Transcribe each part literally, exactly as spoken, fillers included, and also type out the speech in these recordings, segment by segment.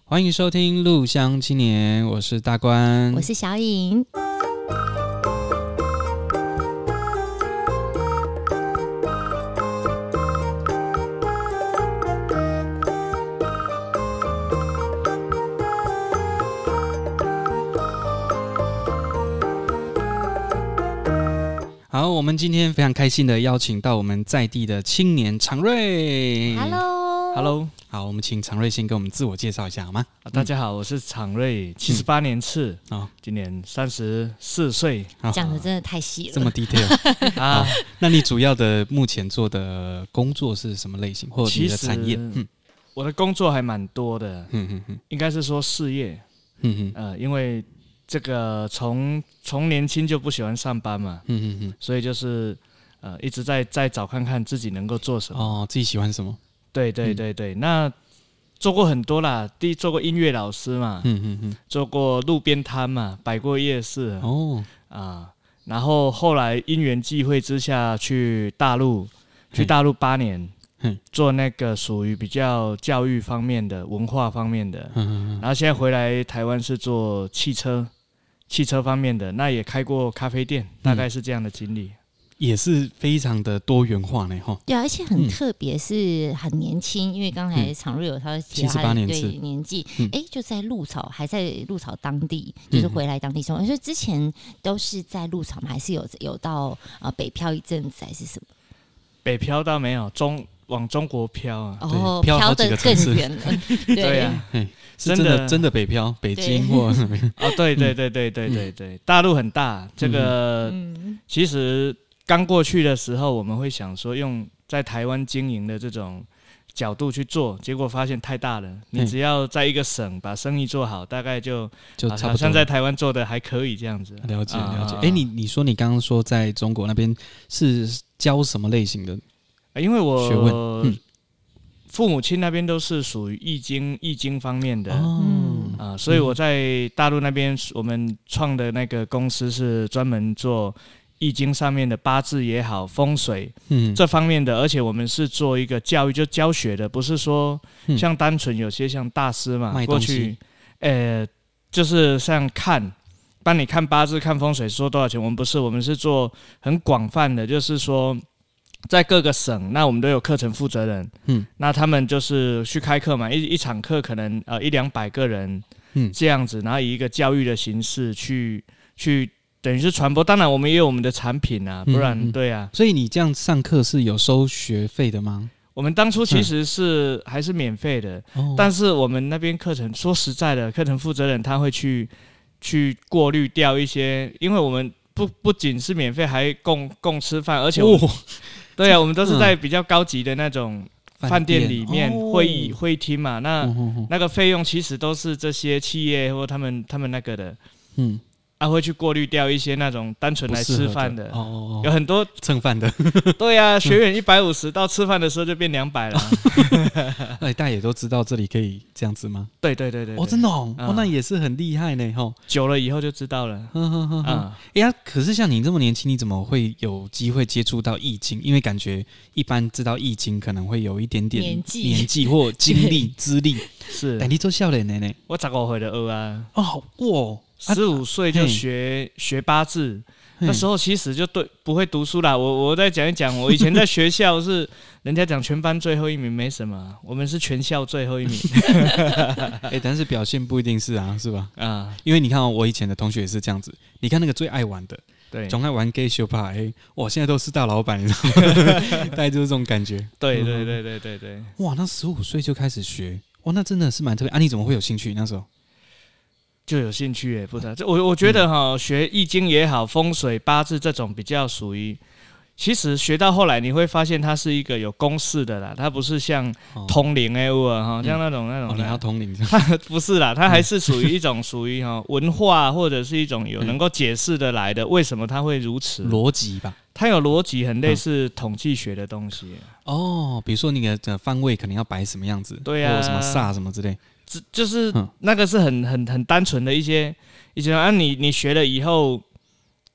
欢迎收听《路乡青年》，我是大官， 我是小颖。 好，我们今天非常开心的邀请到我们在地的青年常瑞。 Hello， Hello， 好，我们请常瑞先跟我们自我介绍一下好吗？ 啊、大家好，我是常瑞，七十八年次，嗯、今年三十四岁。 讲的真的太细了， 这么 detail 啊！那你主要的目前做的工作是什么类型，或者你的产业？嗯， 我的工作还蛮多的， 嗯嗯嗯， 应该是说事业， 嗯嗯， 呃，因为这个从从年轻就不喜欢上班嘛，嗯嗯嗯，所以就是呃一直在在找看看自己能够做什么， 哦，自己喜欢什么？对对对对，嗯、那做过很多啦，第一做过音乐老师嘛，嗯嗯嗯，做过路边摊嘛，摆过夜市，哦啊，然后后来因缘际会之下去大陆，去大陆八年。做那个属于比较教育方面的、文化方面的，然后现在回来台湾是做汽车、汽车方面的，那也开过咖啡店，大概是这样的经历， 也是非常的多元化呢，哈。 对，而且很特别，是很年轻，因为刚才常瑞有他提到他的对年纪，哎，就在鹿草，还在鹿草当地，就是回来当地生活。所以之前都是在鹿草吗？还是有有到呃北漂一阵子，还是什么？ 北漂倒没有，中。往中国飘啊， 哦，飘得更远了， 对啊， 真的真的北漂，北京或什么？ 哦，对对对对对对对，大陆很大，这个其实刚过去的时候，我们会想说用在台湾经营的这种角度去做，结果发现太大了。你只要在一个省把生意做好，大概就就差不多好像在台湾做的还可以这样子。 了解了解。哎，你你说你刚刚说在中国那边是教什么类型的？ 因为我父母亲那边都是属于易经易经方面的，嗯啊，所以我在大陆那边，我们创的那个公司是专门做易经上面的八字也好，风水嗯这方面的，而且我们是做一个教育，就教学的，不是说像单纯有些像大师嘛，过去呃就是像看帮你看八字、看风水说多少钱，我们不是，我们是做很广泛的，就是说。在各个省，那我们都有课程负责人，嗯，那他们就是去开课嘛，一一场课可能呃一两百个人，嗯，这样子，然后以一个教育的形式去去等于是传播。当然，我们也有我们的产品啊，不然、嗯嗯、对啊。 所以你这样上课是有收学费的吗？ 我们当初其实是还是免费的、嗯，但是我们那边课程说实在的，课程负责人他会去去过滤掉一些，因为我们不不仅是免费，还共共吃饭，而且我们。哦对啊，我们都是在比较高级的那种饭店里面会议、哦、会议厅嘛，那、嗯、那个费用其实都是这些企业或他们他们那个的，嗯，啊会去过滤掉一些那种单纯来吃饭的，的哦，有很多蹭饭的， 对啊，学员一百五十到吃饭的时候就变两百了， 哎，大家也都知道这里可以这样子吗？ 对对对 对, 对， 哦，真的哦，嗯、哦，那也是很厉害呢，吼， 久了以后就知道了， 嗯嗯嗯嗯，哎呀，可是像你这么年轻，你怎么会有机会接触到易经？因为感觉一般知道易经可能会有一点点年纪、 年纪或经历、资历， 是， 但你做少年呢？ 我十五岁就学啊， 哦，好哇。 十五岁就学学八字，那时候其实就对不会读书啦。我我再讲一讲，我以前在学校是人家讲全班最后一名没什么，我们是全校最后一名。 哎、欸，但是表现不一定是啊，是吧？啊，因为你看、喔，我以前的同学也是这样子。你看那个最爱玩的， 对， 总爱玩 gay 秀趴，哎，我现在都是大老板，你知道吗？大概就是这种感觉。 对对对对对对。 哇，那十五岁就开始学，哇，那真的是蛮特别啊！你怎么会有兴趣那时候？ 就有兴趣耶，不知道。我我觉得哈，学易经也好，风水八字这种比较属于，其实学到后来你会发现它是一个有公式的啦，它不是像通灵哎物啊哈，像那种那种。 哦，你要通灵？ 它不是啦，它还是属于一种属于哈文化或者是一种有能够解释的来的，为什么它会如此？ 逻辑吧。 它有逻辑，很类似统计学的东西。 哦，比如说你的方位可能要摆什么样子， 对啊， 或者什么煞什么之类。 就是那个是很很很单纯的一些一些啊，你你学了以后，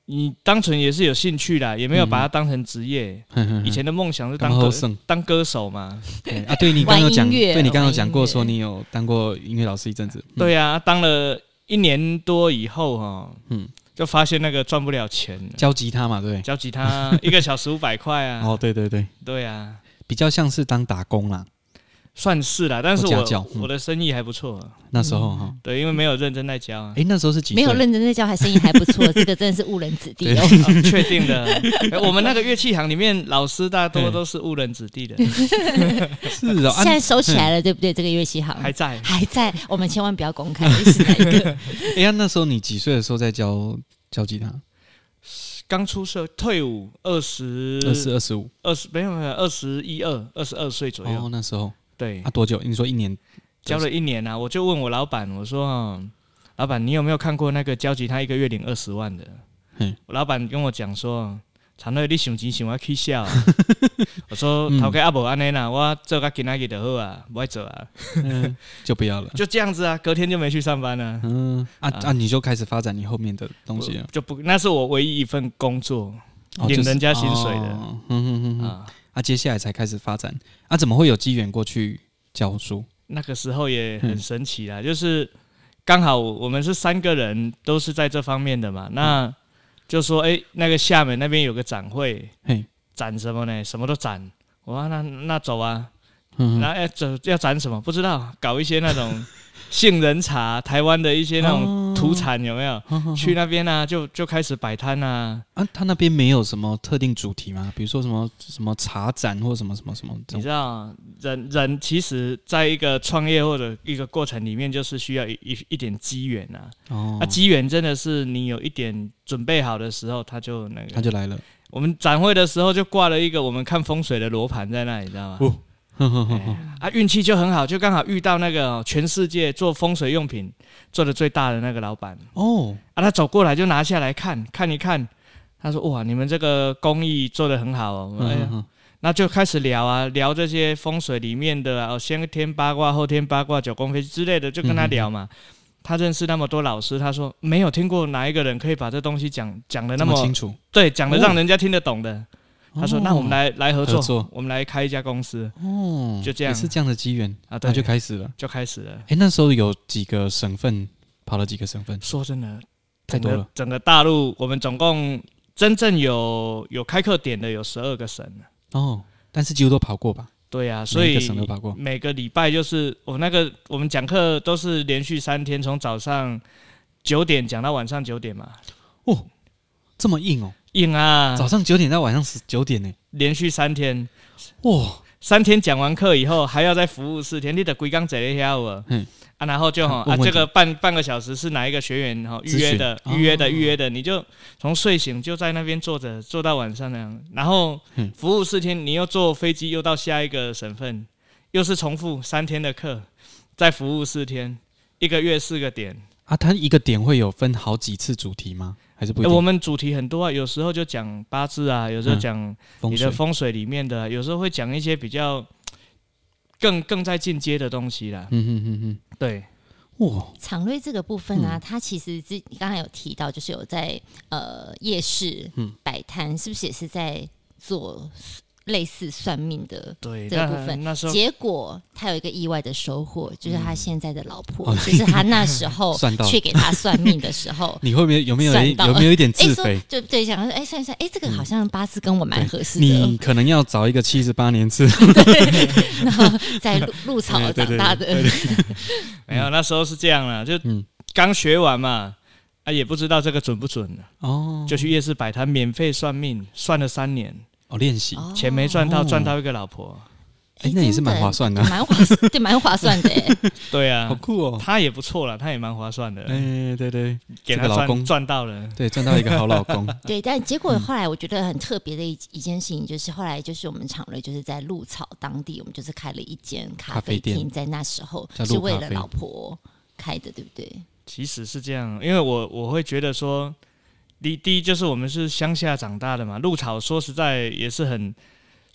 你单纯也是有兴趣啦，也没有把它当成职业。嗯、以前的梦想是当歌当歌手嘛。 对啊，对你刚刚讲，对你刚刚讲过说你有当过音乐老师一阵子。 嗯、对啊，当了一年多以后哈，嗯，就发现那个赚不了钱。 教吉他嘛，对， 教吉他一个小时五百块啊。 哦，对对对， 对啊， 比较像是当打工啦。 算是啦，但是我、嗯、我的生意还不错、啊。 那时候哈、嗯， 对，因为没有认真在教、啊。 哎、欸，那时候是几岁？ 没有认真在教，还生意还不错，这个真的是误人子弟哦。 确、啊、定的，我们那个乐器行里面老师大多都是误人子弟的。 是哦， 现在收起来了，对不对？这个乐器行还在， 还在。我们千万不要公开是哪一个。 哎呀、欸，那时候你几岁的时候在教教吉他？ 刚出社退伍，二十、 二十、二十五、 二十没有没有二十一二、二十二岁左右。 哦，那时候。 对啊，多久？你说一年？ 教了一年啊，我就问我老板，我说、哦：“老板，你有没有看过那个教吉他一个月领二十万的？”我老板跟我讲说：“常瑞，你想钱想要起笑、啊。”我说：“头家阿无安尼啦，我做到今仔日就好啊，不爱做啊。 嗯”就不要了， 就这样子啊，隔天就没去上班了。 嗯啊啊，你就开始发展你后面的东西了， 就不那是我唯一一份工作，哦、领人家薪水的。哦、 嗯哼哼哼啊。啊，接下来才开始发展啊？怎么会有机缘过去教书？ 那个时候也很神奇啦，嗯、就是刚好我们是三个人都是在这方面的嘛，那就说哎、欸，那个厦门那边有个展会，展什么呢？什么都展。我说那那走啊，嗯、那要走要展什么？不知道，搞一些那种杏仁茶，台湾的一些那种土产有没有？哦、去那边啊，就就开始摆摊啊。 啊，他那边没有什么特定主题吗？比如说什么什么茶展或什么什么什么？ 你知道，人人其实在一个创业或者一个过程里面，就是需要一一一点机缘啊。哦，那机缘真的是你有一点准备好的时候，他就那个他就来了。 我们展会的时候就挂了一个我们看风水的罗盘在那里，知道吗？哦欸、啊，运气就很好，就刚好遇到那个、哦、全世界做风水用品做的最大的那个老板哦，啊，他走过来就拿下来看看一看，他说：“哇，你们这个工艺做得很好哦。”哎呀，那就开始聊啊，聊这些风水里面的哦，先天八卦、后天八卦、九宫飞之类的，就跟他聊嘛。嗯、他认识那么多老师，他说没有听过哪一个人可以把这东西讲讲的那么清楚， 对，讲的让人家听得懂的。哦，他说：“那我们来来合作，合作我们来开一家公司。”哦，就这样， 也是这样的机缘啊，对，就开始了， 就开始了。 哎、欸，那时候有几个省份，跑了几个省份？ 说真的， 太多了。 整个大陆，我们总共真正有有开课点的有十二个省哦，但是几乎都跑过吧？ 对啊，所以每个省都跑过。 每个礼拜就是我那个我们讲课都是连续三天，从早上九点讲到晚上九点嘛。 哦，这么硬哦。 硬啊！ 早上九点到晚上九点呢， 连续三天， 哇！ 三天讲完课以后，还要再服务四天，你得规工坐咧遐有嗯啊，然后就哈啊，这个半半个小时是哪一个学员哈预约的、预约的、预约的，你就从睡醒就在那边坐着，坐到晚上那样，然后服务四天，你又坐飞机又到下一个省份，又是重复三天的课，再服务四天，一个月四个点啊。他一个点会有分好几次主题吗？还是不一定、 欸、我们主题很多啊，有时候就讲八字啊，有时候讲你的风水里面的、啊，有时候会讲一些比较更更在进阶的东西啦。嗯哼哼哼，对。 哇，常瑞这个部分啊，它、嗯、其实你刚才有提到，就是有在呃夜市摆摊、嗯，是不是也是在做类似算命的这个部分？那时候结果他有一个意外的收获，就是他现在的老婆，嗯、就是他那时候去给他算命的时候， 你会不会有没有有没有一点自肥？ 就对，想说哎算一算，哎这个好像八字跟我蛮合适的、 嗯，你可能要找一个七十八年次， 对，然后在鹿草长大的， 对对对对对没有那时候是这样啦，就刚学完嘛。啊，也不知道这个准不准哦，就去夜市摆摊免费算命，算了三年。 哦，练习钱没赚到，赚、哦、到一个老婆， 哎、欸，那也是蛮划算的， 蛮划对，蛮划算的， 对啊， 好酷哦， 他也不错了，他也蛮划算的， 哎、欸，对对， 给他老公赚到了， 对，赚到一个好老公， 对，但结果后来我觉得很特别的一一件事情，就是后来就是我们常瑞就是在鹿草当地，我们就是开了一间咖啡厅，在那时候是为了老婆开的，对不对？ 其实是这样，因为我我会觉得说。第第一就是我们是乡下长大的嘛，鹿草说实在也是很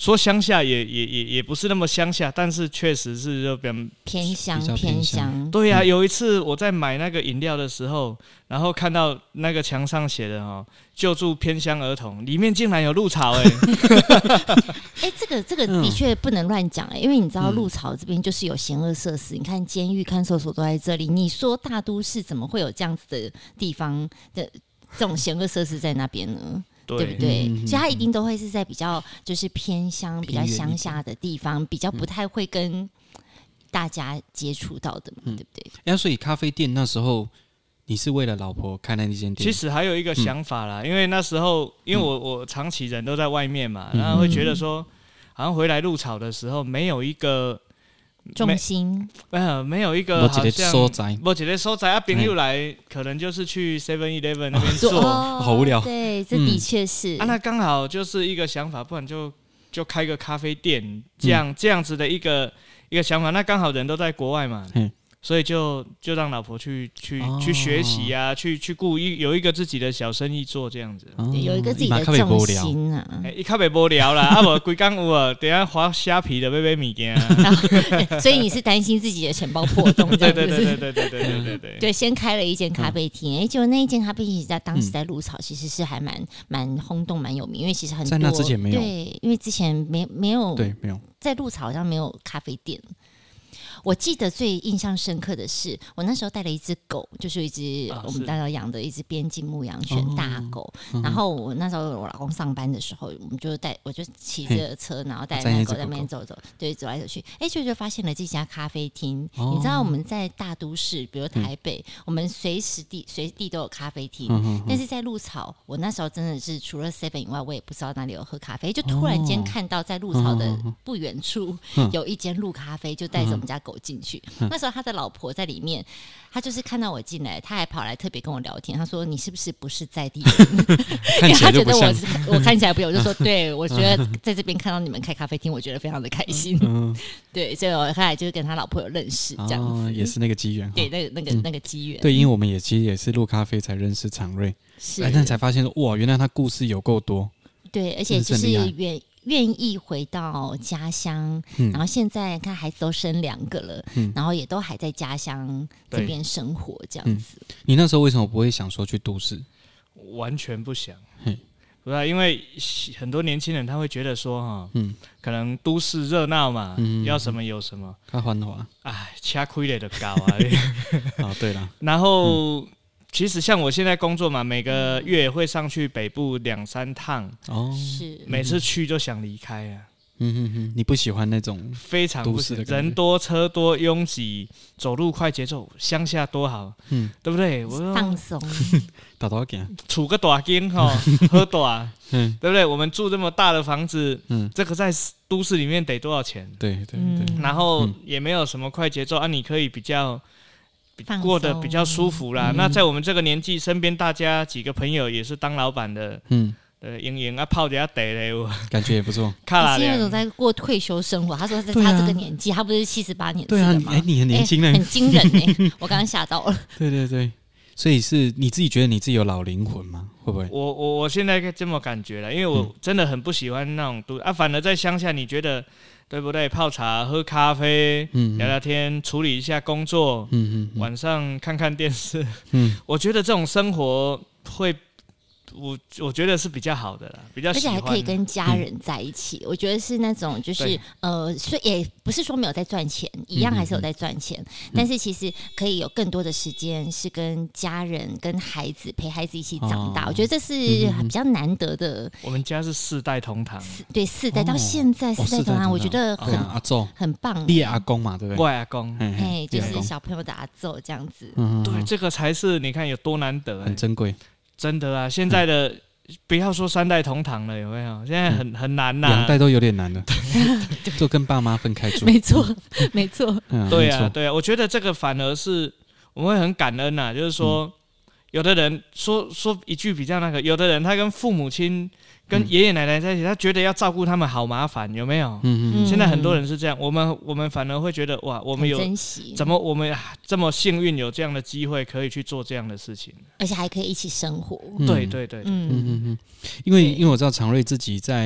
说乡下也也也也不是那么乡下，但是确实是就比较偏乡偏乡。 对呀、啊，有一次我在买那个饮料的时候，然后看到那个墙上写的哈，救助偏乡儿童，里面竟然有鹿草哎、欸！ 哎、欸，这个这个的确不能乱讲哎，因为你知道鹿草这边就是有险恶设施，你看监狱、看守所都在这里，你说大都市怎么会有这样子的地方的这种险恶设施在那边呢？对不对？嗯、所以它一定都会是在比较就是偏乡、比较乡下的地方，比较不太会跟大家接触到的嘛，嗯、对不对？ 哎、啊，所以咖啡店那时候你是为了老婆开那间店？ 其实还有一个想法啦，嗯、因为那时候因为我我长期人都在外面嘛，然后会觉得说，好像回来鹿草的时候没有一个。 重心没有没有一个好像所在，没一个所在啊，朋友来可能就是去 Seven Eleven 那边做， 哦， 好无聊。 对，这的确是、 嗯、啊，那刚好就是一个想法，不然就就开个咖啡店，这样、嗯、这样子的一个一个想法。那刚好人都在国外嘛，嗯、所以就就让老婆去去、哦、去学习啊，去去顾一有一个自己的小生意做这样子， 哦、有一个自己的重心啊。 伊较袂无聊啦，啊无规工有啊，等下滑虾皮的买买物件。 所以你是担心自己的钱包破洞这样子？ 对对对对对对对对对。 对，先开了一间咖啡厅，哎、嗯，结果那一间咖啡厅在当时在鹿草其实是还蛮蛮轰动、蛮有名，因为其实很多在那之前没有， 对，因为之前没没有对没有在鹿草好像没有咖啡店。我记得最印象深刻的是，我那时候带了一只狗，就是一只我们大家养的一只边境牧羊犬大狗。哦、然后我那时候我老公上班的时候，我们就带我就骑着车，然后带那狗在那边走走，对，走来走去。哎，就就发现了这家咖啡厅。哦、你知道我们在大都市，比如台北，嗯、我们随时地随地都有咖啡厅，嗯、但是在鹿草，我那时候真的是除了 seven 以外，我也不知道哪里有喝咖啡，就突然间看到在鹿草的不远处有一间鹿咖啡，就带着我们家狗进去，嗯、那时候他的老婆在里面，他就是看到我进来，他还跑来特别跟我聊天。他说：“你是不是不是在地人？”因为他觉得我是我看起来不有，我就说：“对，我觉得在这边看到你们开咖啡厅，我觉得非常的开心。嗯”对，所以我后来就是跟他老婆有认识，这样子、哦、 也是那个机缘。 对，那个那个、嗯、那个机缘。 对，因为我们也其实也是鹿咖啡才认识常瑞，是，但才发现说哇，原来他故事有够多。 对，而且就是远。愿意回到家乡，嗯、然后现在看孩子都生两个了，嗯、然后也都还在家乡这边生活这样子、嗯。 你那时候为什么不会想说去都市？ 完全不想，不是因为很多年轻人他会觉得说哈，嗯，可能都市热闹嘛，嗯、要什么有什么， 太繁华， 哎，车开了就高啊。 哦，对了， 然后。嗯其实像我现在工作嘛，每个月会上去北部两三趟，哦，是每次去就想离开啊。 嗯哼哼，你不喜欢那种非常不喜欢人多车多拥挤，走路快节奏，乡下多好，嗯，对不对？我放松， 大大间， 厝个大间哈，好大，嗯，对不对？我们住这么大的房子，嗯，这个在都市里面得多少钱？ 对对对， 嗯、然后也没有什么快节奏啊，你可以比较。过得比较舒服啦。嗯、那在我们这个年纪，身边大家几个朋友也是当老板的，嗯，呃，营营啊，泡一下茶嘞， 感觉也不错。 他现在有在过退休生活，他说在他这个年纪，啊、他不是七十八年次了吗？ 哎、啊，你很年轻呢， 很惊人呢。我刚刚吓到了。 对对对，所以是你自己觉得你自己有老灵魂吗？会不会？ 我我我现在这么感觉了，因为我真的很不喜欢那种都、嗯、啊，反而在乡下，你觉得？对不对？泡茶、喝咖啡、嗯、聊聊天，处理一下工作，嗯、晚上看看电视。嗯、我觉得这种生活会，我我觉得是比较好的啦，比较喜欢， 而且还可以跟家人在一起。嗯、我觉得是那种就是呃，所以也不是说没有在赚钱，一样还是有在赚钱，嗯、但是其实可以有更多的时间是跟家人、跟孩子陪孩子一起长大。哦、我觉得这是比较难得的。 我们家是四代同堂， 对，四代到现在四代同堂，我觉得很、 哦、阿祖很棒。 你阿公嘛，对不对？ 我阿公， 哎，就是小朋友的阿祖这样子。 嗯、对，这个才是你看有多难得、欸， 很珍贵。 真的啊，现在的、嗯、不要说三代同堂了，有没有？现在很、嗯、很难呐、啊， 两代都有点难了，就跟爸妈分开住。 没错，没错、 嗯。对啊，对啊，我觉得这个反而是我们会很感恩呐、啊，就是说，嗯、有的人说说一句比较那个，有的人他跟父母亲。跟爷爷奶奶在一起，他觉得要照顾他们好麻烦，有没有？嗯嗯。现在很多人是这样，我们我们反而会觉得哇，我们有怎么我们这么幸运有这样的机会可以去做这样的事情， 而且还可以一起生活。 嗯、对对对，嗯嗯嗯嗯。因为因为我知道常瑞自己在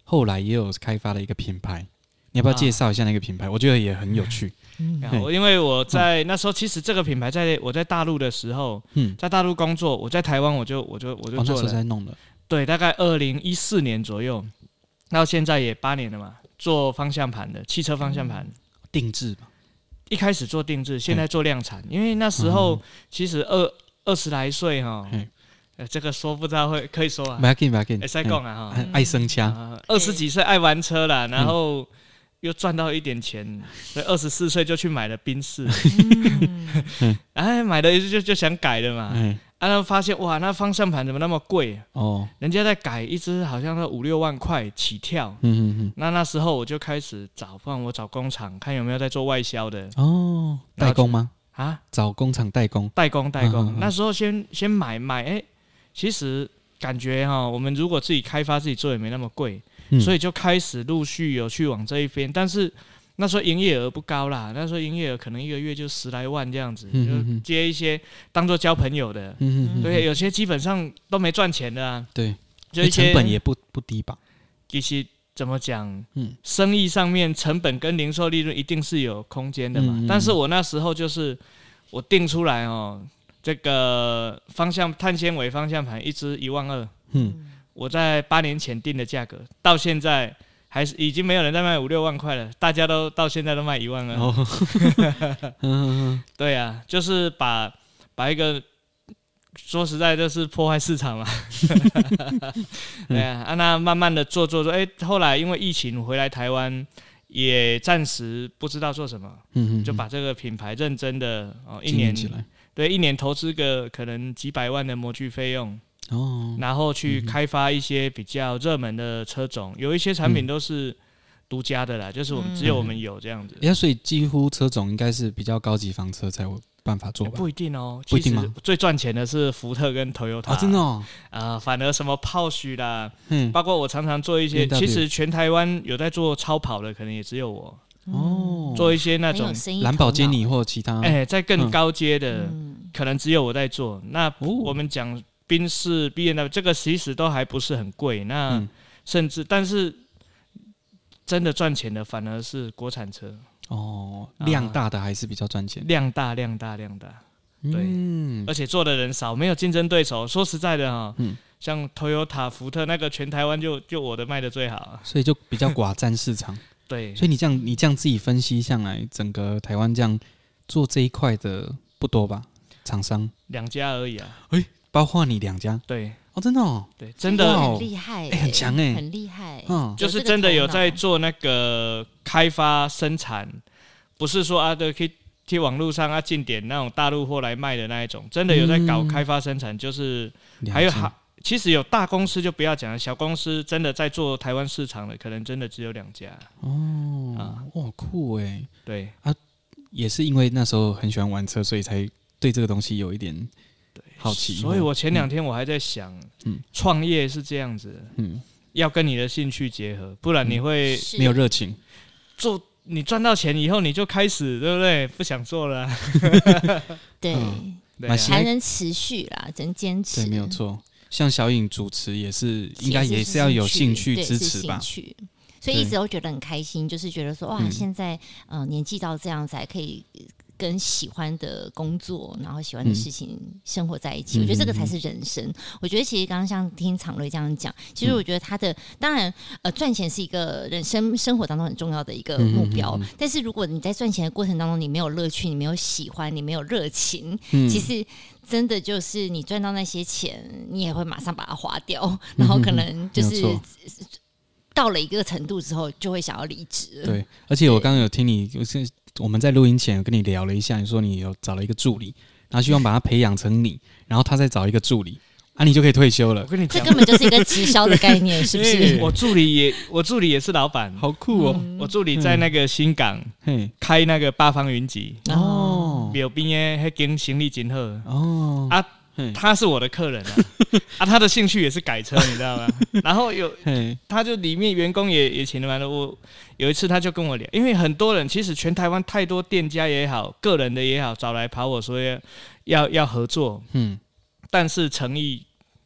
后来也有开发了一个品牌，你要不要介绍一下那个品牌？啊、我觉得也很有趣。 嗯，因为我在那时候，其实这个品牌在我在大陆的时候，嗯，在大陆工作，我在台湾我就我就我就做了，哦、 那时候在弄的， 对，大概二零一四年左右，到现在也八年了嘛，做方向盘的汽车方向盘、嗯、 定制吧， 一开始做定制，现在做量产，因为那时候其实二二十来岁哈。呃，这个说不知道会可以说啊， 不要紧不要紧， 会使讲啊哈， 爱生枪， 二、呃、十几岁爱玩车啦，然后又赚到一点钱，所以二十四岁就去买了宾士，嗯、哎，买了就就想改了嘛，嗯、啊，然后发现哇，那方向盘怎么那么贵哦？人家在改一只好像要五六万块起跳，嗯嗯嗯，那那时候我就开始找，不然我找工厂看有没有在做外销的哦，代工吗？ 啊， 找工厂代工， 代工代工，嗯嗯嗯那时候先先买买，哎。其实感觉哈，我们如果自己开发自己做也没那么贵，嗯、所以就开始陆续有去往这一边。但是那时候营业额不高啦，那时候营业额可能一个月就十来万这样子，嗯、哼哼就接一些当做交朋友的，嗯、哼哼对，有些基本上都没赚钱的啊。 对， 就一些成本也不不低吧？ 其实怎么讲，嗯，生意上面成本跟零售利润一定是有空间的嘛。嗯、但是我那时候就是我定出来哦。这个方向碳纤维方向盘一支一万二，嗯，我在八年前定的价格，到现在还是已经没有人在卖五六万块了，大家都到现在都卖一万二。哦、对啊，就是把把一个说实在就是破坏市场嘛。对啊，啊那慢慢的做做做，哎、欸，后来因为疫情回来台湾，也暂时不知道做什么，嗯嗯，就把这个品牌认真的哦一年起来。对，一年投资个可能几百万的模具费用，哦，然后去开发一些比较热门的车种，有一些产品都是独家的啦，嗯、就是我们只有我们有这样子。 哎、嗯，所以几乎车种应该是比较高级房车才有办法做吧？ 不一定哦， 不一定吗？ 最赚钱的是福特跟 Toyota 啊，真的哦。 啊、呃，反而什么Porsche啦，嗯，包括我常常做一些，其实全台湾有在做超跑的，可能也只有我。哦，做一些那种兰博基尼或其他， 哎、欸，在更高阶的、嗯，可能只有我在做。那我们讲宾士、B M W 这个其实都还不是很贵，那、嗯、甚至但是真的赚钱的反而是国产车。 哦，量大的还是比较赚钱、 啊，量大量大量大，对、嗯，而且做的人少，没有竞争对手。说实在的哈，嗯，像 Toyota、福特那个全台湾就就我的卖的最好， 所以就比较寡占市场。 对， 所以你这样你这样自己分析下来，整个台湾这样做这一块的不多吧？厂商两家而已啊。 哎、欸，包括你两家？ 对， 哦，真的哦， 对，真的很厉害、欸欸，很强哎、欸， 很厉害、欸， 嗯，就是真的有在做那个开发生产，不是说啊，对，可以去网络上啊进点那种大陆货来卖的那一种，真的有在搞开发生产，嗯、就是还有好。其实有大公司就不要讲了，小公司真的在做台湾市场的，可能真的只有两家。哦， 啊，哇，酷哎！ 对啊，也是因为那时候很喜欢玩车，所以才对这个东西有一点好奇。 所以我前两天我还在想，嗯，创业是这样子，嗯，要跟你的兴趣结合，不然你会、 嗯、没有热情。 做你赚到钱以后，你就开始对不对？不想做了、啊。 对，嗯、对啊、还能持续啦，能坚持。 对，没有错。像小颖主持也是，应该也是要有兴趣支持吧。 所以一直都觉得很开心，就是觉得说哇，现在呃年纪到这样子，还可以跟喜欢的工作，然后喜欢的事情生活在一起。嗯、我觉得这个才是人生。我觉得其实刚刚像听昶睿这样讲，其实我觉得他的、嗯、当然呃赚钱是一个人生生活当中很重要的一个目标，嗯嗯嗯、但是如果你在赚钱的过程当中，你没有乐趣，你没有喜欢，你没有热情，嗯、其实。真的就是你赚到那些钱，你也会马上把它花掉，然后可能就是到了一个程度之后，就会想要离职。 对，而且我刚刚有听你，就是我们在录音前有跟你聊了一下，你说你有找了一个助理，然后希望把他培养成你，然后他再找一个助理。啊，你就可以退休了。 我跟你讲， 这根本就是一个直销的概念，是不是？ 我助理也，我助理也是老板， 好酷哦！ 嗯、我助理在那个新港、嗯、开那个八方云集哦，表边的那间生意真好哦啊，他是我的客人啊啊，他的兴趣也是改车，你知道吗？然后有，他就里面员工也也请了完了，我有一次他就跟我聊，因为很多人其实全台湾太多店家也好，个人的也好，找来跑我说要要合作，嗯。但是诚意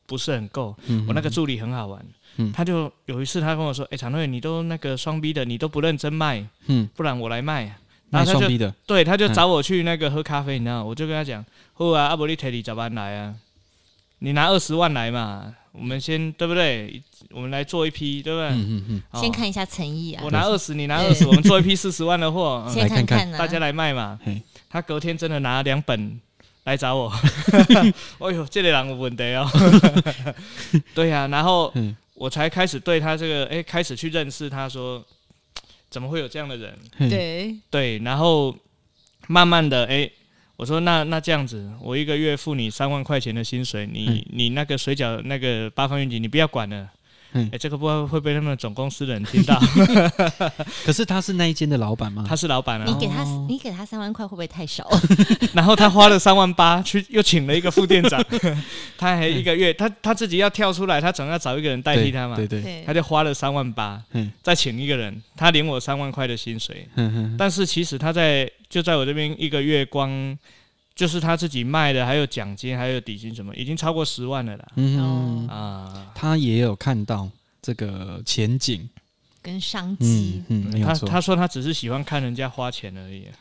不是很够。嗯、我那个助理很好玩，嗯、他就有一次他跟我说：“哎、欸，常瑞，你都那个双 B 的，你都不认真卖，嗯，不然我来卖。”然后他就对，他就找我去那个喝咖啡，你知道，我就跟他讲：“好啊，阿伯你提二十万来啊，你拿二十万来嘛，我们先对不对？我们来做一批，对不对？嗯嗯嗯哦、先看一下诚意啊。 我拿二十，你拿二十，我们做一批四十万的货， 先看看、啊， 大家来卖嘛。他隔天真的拿两本来找我，哎呦，这个人有问题哦。对呀、啊，然后我才开始对他这个，哎，开始去认识他说。怎么会有这样的人？ 对对，然后慢慢的，哎，我说那那这样子，我一个月付你三万块钱的薪水，你你那个水饺那个八方云集，你不要管了。哎、欸，这个不知道会被他们总公司的人听到。 可是他是那一间的老板吗？ 他是老板啊。 你给他，你给他三万块会不会太少？ 然后他花了三万八去，又请了一个副店长。他还一个月，他他自己要跳出来，他总要找一个人代替他嘛。 对 对, 对。 他就花了三万八，再请一个人，他领我三万块的薪水。但是其实他在就在我这边一个月光。就是他自己卖的，还有奖金，还有底薪什么，已经超过十万了啦。嗯啊，他也有看到这个前景跟商机。 嗯，嗯没有错。 他他说他只是喜欢看人家花钱而已。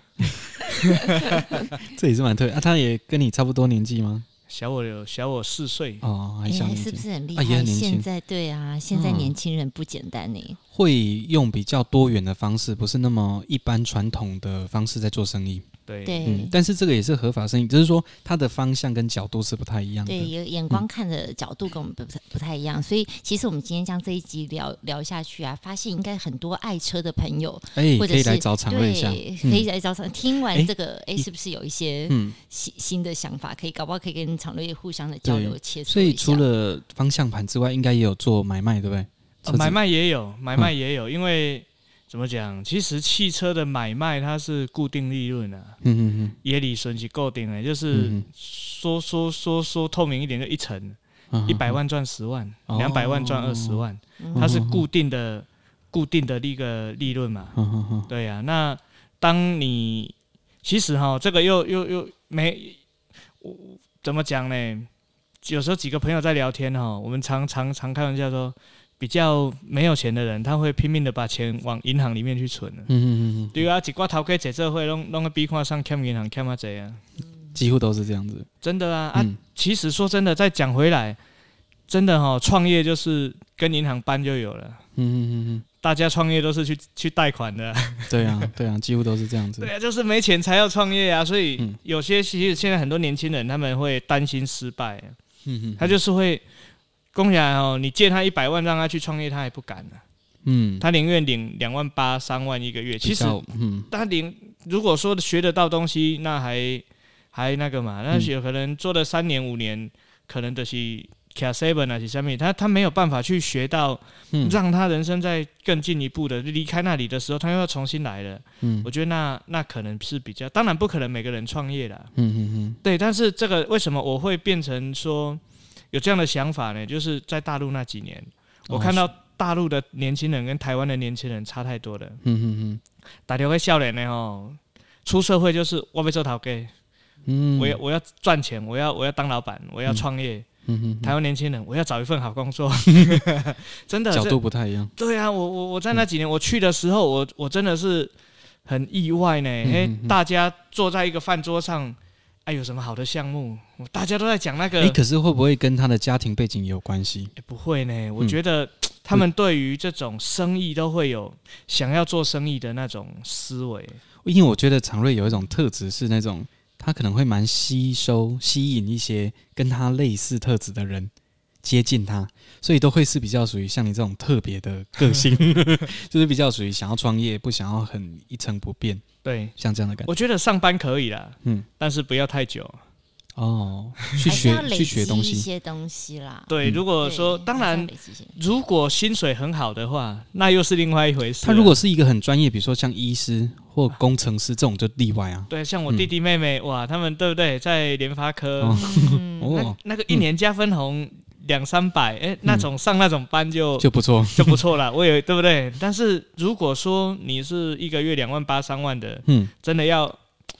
这也是蛮特别啊。他也跟你差不多年纪吗？ 小我有小我四岁哦，还小年轻、 欸、是不是很厉害？ 啊、也很年轻。 现在对啊，现在年轻人不简单呢、欸嗯。 会用比较多元的方式，不是那么一般传统的方式在做生意。 对， 嗯，但是这个也是合法生意，只是说它的方向跟角度是不太一样的。 对，有眼光看的角度跟我们不太、嗯、不太一样，所以其实我们今天将这一集聊聊下去啊，发现应该很多爱车的朋友，哎、欸，或者是可以来找常瑞一下， 对，可以来找常、嗯。听完这个，哎、欸欸，是不是有一些新、嗯、新的想法？可以搞不好可以跟常瑞互相的交流切磋一下。 所以除了方向盘之外，应该也有做买卖，对不对？ 哦、买卖也有，买卖也有，嗯、因为。怎么讲？其实汽车的买卖它是固定利润啊，嗯嗯嗯，野里损是固定的，就是说说说说透明一点，就一成，一百万赚十万，两百万赚二十万，它是固定的固定的一个利润嘛，对呀、啊。那当你其实哈，这个又又又没，怎么讲呢？有时候几个朋友在聊天哈，我们常常常开玩笑说。比较没有钱的人，他会拼命的把钱往银行里面去存。嗯嗯嗯，对啊，一挂头家坐这会弄弄个比看上欠银行欠啊济啊， 几乎都是这样子。 真的啊、嗯、啊！其实说真的，再讲回来，真的哈、喔，创业就是跟银行搬就有了。嗯嗯嗯嗯，大家创业都是去去贷款的、啊。 对啊，对啊，几乎都是这样子。 对啊，就是没钱才要创业啊，所以有些其实现在很多年轻人他们会担心失败。嗯嗯，他就是会。公然哦，你借他一百万让他去创业，他也不敢了、啊。嗯，他宁愿领两万八、三万一个月。其实，嗯，他领如果说学得到东西，那还还那个嘛，那有可能做了三年五年，可能就是卡 seven 啊，是什么？他他没有办法去学到，让他人生再更进一步的离开那里的时候，他又要重新来了。嗯，我觉得那那可能是比较，当然不可能每个人创业啦。嗯嗯嗯，对，但是这个为什么我会变成说？有这样的想法呢，就是在大陆那几年，我看到大陆的年轻人跟台湾的年轻人差太多了。嗯嗯嗯，大家会笑脸的吼，出社会就是我要做头家，嗯，我要我要赚钱，我要我要当老板，我要创业。嗯嗯，台湾年轻人我要找一份好工作，真的角度不太一样。 对啊，我我我在那几年我去的时候，我我真的是很意外呢。哎、嗯，大家坐在一个饭桌上。哎，有什么好的项目？大家都在讲那个。 哎，可是会不会跟他的家庭背景也有关系？ 哎，不会呢。我觉得他们对于这种生意都会有想要做生意的那种思维。 因为我觉得常瑞有一种特质是那种，他可能会蛮吸收、吸引一些跟他类似特质的人接近他，所以都会是比较属于像你这种特别的个性，就是比较属于想要创业，不想要很一成不变。对，像这样的感觉， 我觉得上班可以啦，嗯，但是不要太久哦，去学去学东西， 一些东西啦。 对，如果说当然，如果薪水很好的话，那又是另外一回事。 他如果是一个很专业，比如说像医师或工程师这种，就例外啊。 对，像我弟弟妹妹，嗯、哇，他们对不对？在联发科，哦，嗯、那, 那个一年加分红。嗯两三百，哎，那种上那种班就就不错， 就不错了。我也对不对？但是如果说你是一个月两万八、三万的，嗯，真的要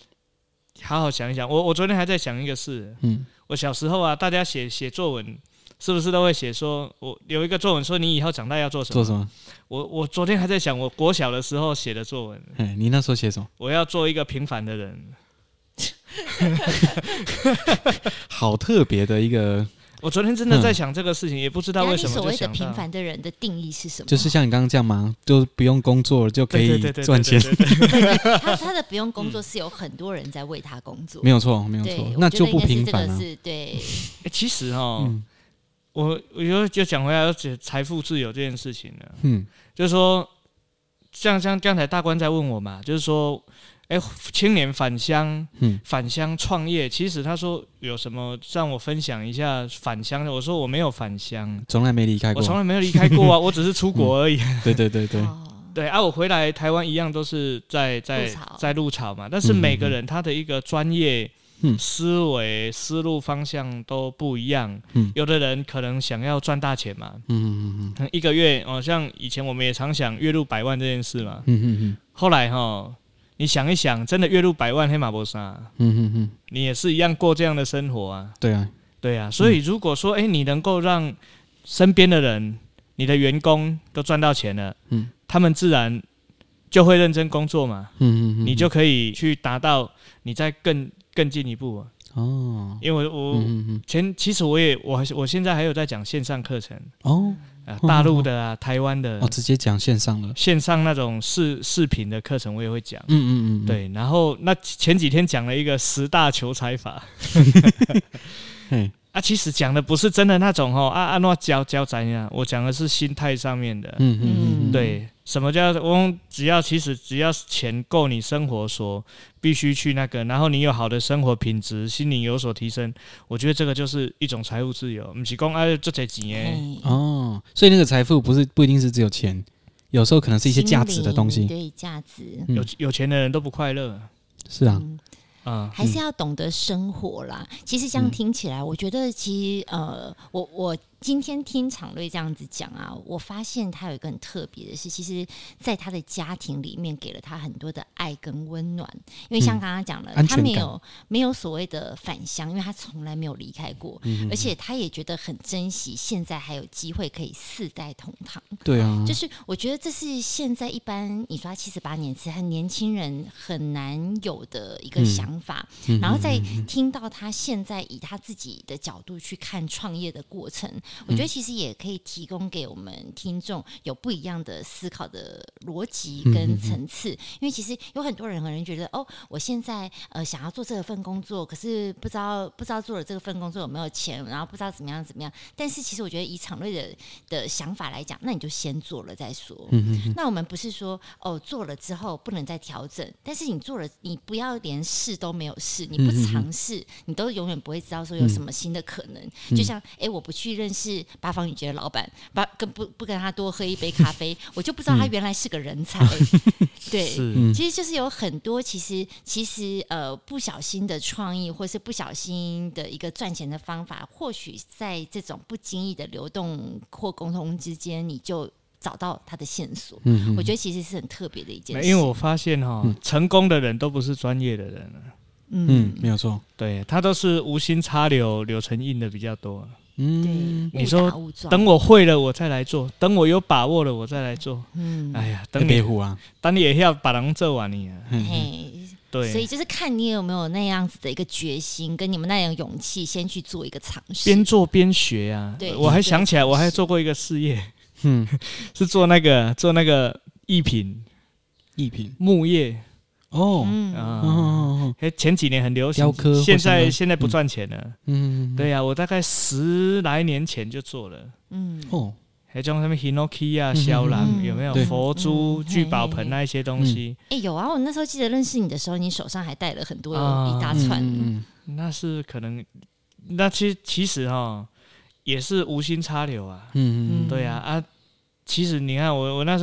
好好想一想。我我昨天还在想一个事，嗯，我小时候啊，大家写写作文， 是不是都会写说，我有一个作文说你以后长大要做什么？ 做什么？ 我我昨天还在想，我国小的时候写的作文。 哎，你那时候写什么？ 我要做一个平凡的人。 好特别的一个。 我昨天真的在想这个事情，嗯、也不知道为什么就想到。 你所谓的平凡的人的定义是什么？ 就是像你刚刚这样吗？就不用工作就可以赚钱。 他他的不用工作是有很多人在为他工作， 没有错，没有错，那就不平凡了、啊。 对， 欸、其实哈、嗯，我我就就讲回来，要讲财富自由这件事情了。嗯，就是说，像像刚才大官在问我嘛，就是说。哎，青年返乡，嗯，返乡创业，其实他说有什么让我分享一下返乡的？我说我没有返乡， 从来没离开过， 我从来没有离开过啊，我只是出国而已。 嗯、对对对对， 哦、 对啊，我回来台湾一样都是在在在鹿草嘛，但是每个人他的一个专业、嗯、思维、思路方向都不一样。嗯，有的人可能想要赚大钱嘛，嗯嗯嗯，一个月哦，像以前我们也常想月入百万这件事嘛，嗯嗯嗯，后来哈。你想一想，真的月入百万黑马博莎，嗯哼哼，你也是一样过这样的生活啊。 对啊， 对啊。所以如果说，哎、欸，你能够让身边的人、你的员工都赚到钱了，嗯，他们自然就会认真工作嘛。嗯嗯，你就可以去达到你再更更进一步啊。哦，因为我我前其实我也我我现在还有在讲线上课程哦。大陆的啊，台湾的哦，直接讲线上了。 线上那种视视频的课程我也会讲。嗯嗯嗯，对。然后那前几天讲了一个十大求财法。啊，其实讲的不是真的那种哦，啊啊那教教怎样，我讲的是心态上面的。嗯嗯嗯，对。什么叫我只要其实只要钱够你生活所必须去那个，然后你有好的生活品质，心灵有所提升，我觉得这个就是一种财务自由，不是说啊这些钱诶。 哦，所以那个财富不是不一定是只有钱，有时候可能是一些价值的东西。 对，价值。 有有钱的人都不快乐。 是啊。 嗯嗯、还是要懂得生活啦。其实这样听起来，嗯、我觉得其实呃，我我今天听昶睿这样子讲啊，我发现他有一个很特别的是，其实在他的家庭里面给了他很多的爱跟温暖。因为像刚刚讲了，嗯、他没有没有所谓的返乡，因为他从来没有离开过，嗯、而且他也觉得很珍惜现在还有机会可以四代同堂。 对啊， 就是我觉得这是现在一般你说他七十八年次很年轻人很难有的一个想法。嗯、然后再听到他现在以他自己的角度去看创业的过程，我觉得其实也可以提供给我们听众有不一样的思考的逻辑跟层次。因为其实有很多人可能觉得，哦，我现在呃想要做这份工作，可是不知道不知道做了这个份工作有没有钱，然后不知道怎么样怎么样。但是其实我觉得以昶睿的的想法来讲，那你就先做了再说。嗯、那我们不是说哦做了之后不能再调整，但是你做了，你不要连试都没有试，你不尝试，你都永远不会知道说有什么新的可能。嗯、就像哎、欸，我不去认识八方雨杰的老板，把跟不不跟他多喝一杯咖啡，我就不知道他原来是个人才。嗯、对，其实就是有很多其实其实呃不小心的创意，或是不小心的一个赚钱的方法，或许在这种不经意的流动或沟通之间，你就找到他的线索。嗯、我觉得其实是很特别的一件事。 因为我发现哈、哦，嗯、成功的人都不是专业的人了。 嗯，没有错， 对，他都是无心插柳，柳成荫的比较多。 嗯， 你说等我会了我再来做，等我有把握了我再来做。嗯，哎呀，等你啊， 等你也要把人做完你啊。 嘿，对，所以就是看你有没有那样子的一个决心，跟你们那样勇气，先去做一个尝试， 边做边学啊。对，我还想起来，我还做过一个事业，嗯，是做那个做那个艺品， 艺品木业。哦，嗯哦，前几年很流行，现在现在不赚钱了。嗯，对呀、啊，我大概十来年前就做了。嗯，哦，还种什么 Hinoki 啊、小狼有没有佛珠、聚宝盆那一些东西？ 哎、嗯欸，有啊，我那时候记得认识你的时候，你手上还带了很多一大串。 嗯嗯、那是可能，那其实其实哈也是无心插柳啊。嗯嗯，对啊啊，其实你看我我那时候。